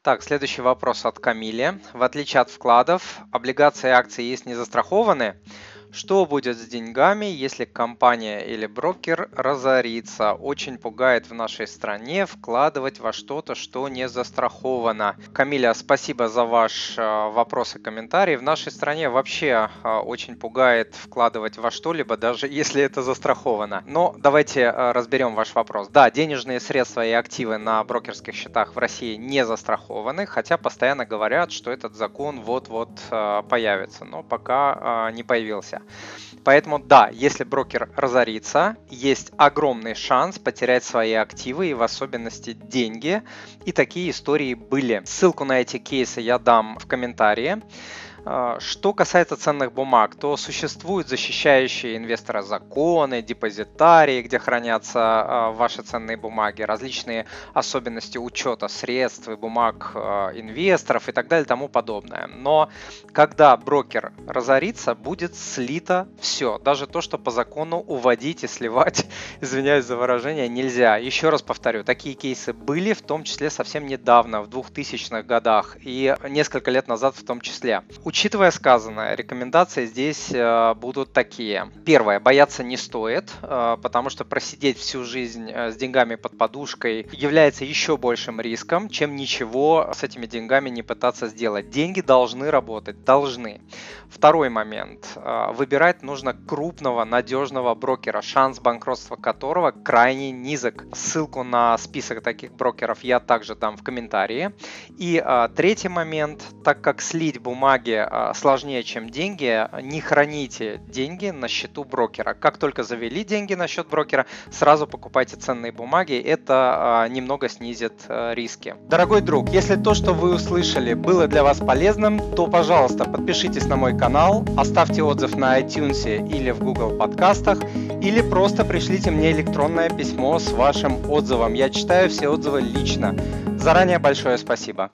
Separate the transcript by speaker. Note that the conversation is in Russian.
Speaker 1: Так, следующий вопрос от Камили. В отличие от вкладов, облигации и акции есть не застрахованы. Что будет с деньгами, если компания или брокер разорится? Очень пугает в нашей стране вкладывать во что-то, что не застраховано. Камиля, спасибо за ваш вопрос и комментарий. В нашей стране вообще очень пугает вкладывать во что-либо, даже если это застраховано. Но давайте разберем ваш вопрос. Да, денежные средства и активы на брокерских счетах в России не застрахованы, хотя постоянно говорят, что этот закон вот-вот появится, но пока не появился. Поэтому да, если брокер разорится, есть огромный шанс потерять свои активы и в особенности деньги. И такие истории были. Ссылку на эти кейсы я дам в комментарии. Что касается ценных бумаг, то существуют защищающие инвестора законы, депозитарии, где хранятся ваши ценные бумаги, различные особенности учета средств и бумаг инвесторов и так далее и тому подобное. Но когда брокер разорится, будет слито все, даже то, что по закону уводить и сливать, извиняюсь за выражение, нельзя. Еще раз повторю, такие кейсы были, в том числе совсем недавно, в 2000-х годах и несколько лет назад в том числе. Учитывая сказанное, рекомендации здесь будут такие. Первое, бояться не стоит, потому что просидеть всю жизнь с деньгами под подушкой является еще большим риском, чем ничего с этими деньгами не пытаться сделать. Деньги должны работать, должны. Второй момент. Выбирать нужно крупного, надежного брокера, шанс банкротства которого крайне низок. Ссылку на список таких брокеров я также дам в комментарии. И третий момент. Так как слить бумаги сложнее, чем деньги, не храните деньги на счету брокера. Как только завели деньги на счет брокера, сразу покупайте ценные бумаги. Это немного снизит риски. Дорогой друг, если то, что вы услышали, было для вас полезным, то, пожалуйста, подпишитесь на мой канал, оставьте отзыв на iTunes или в Google подкастах, или просто пришлите мне электронное письмо с вашим отзывом. Я читаю все отзывы лично. Заранее большое спасибо.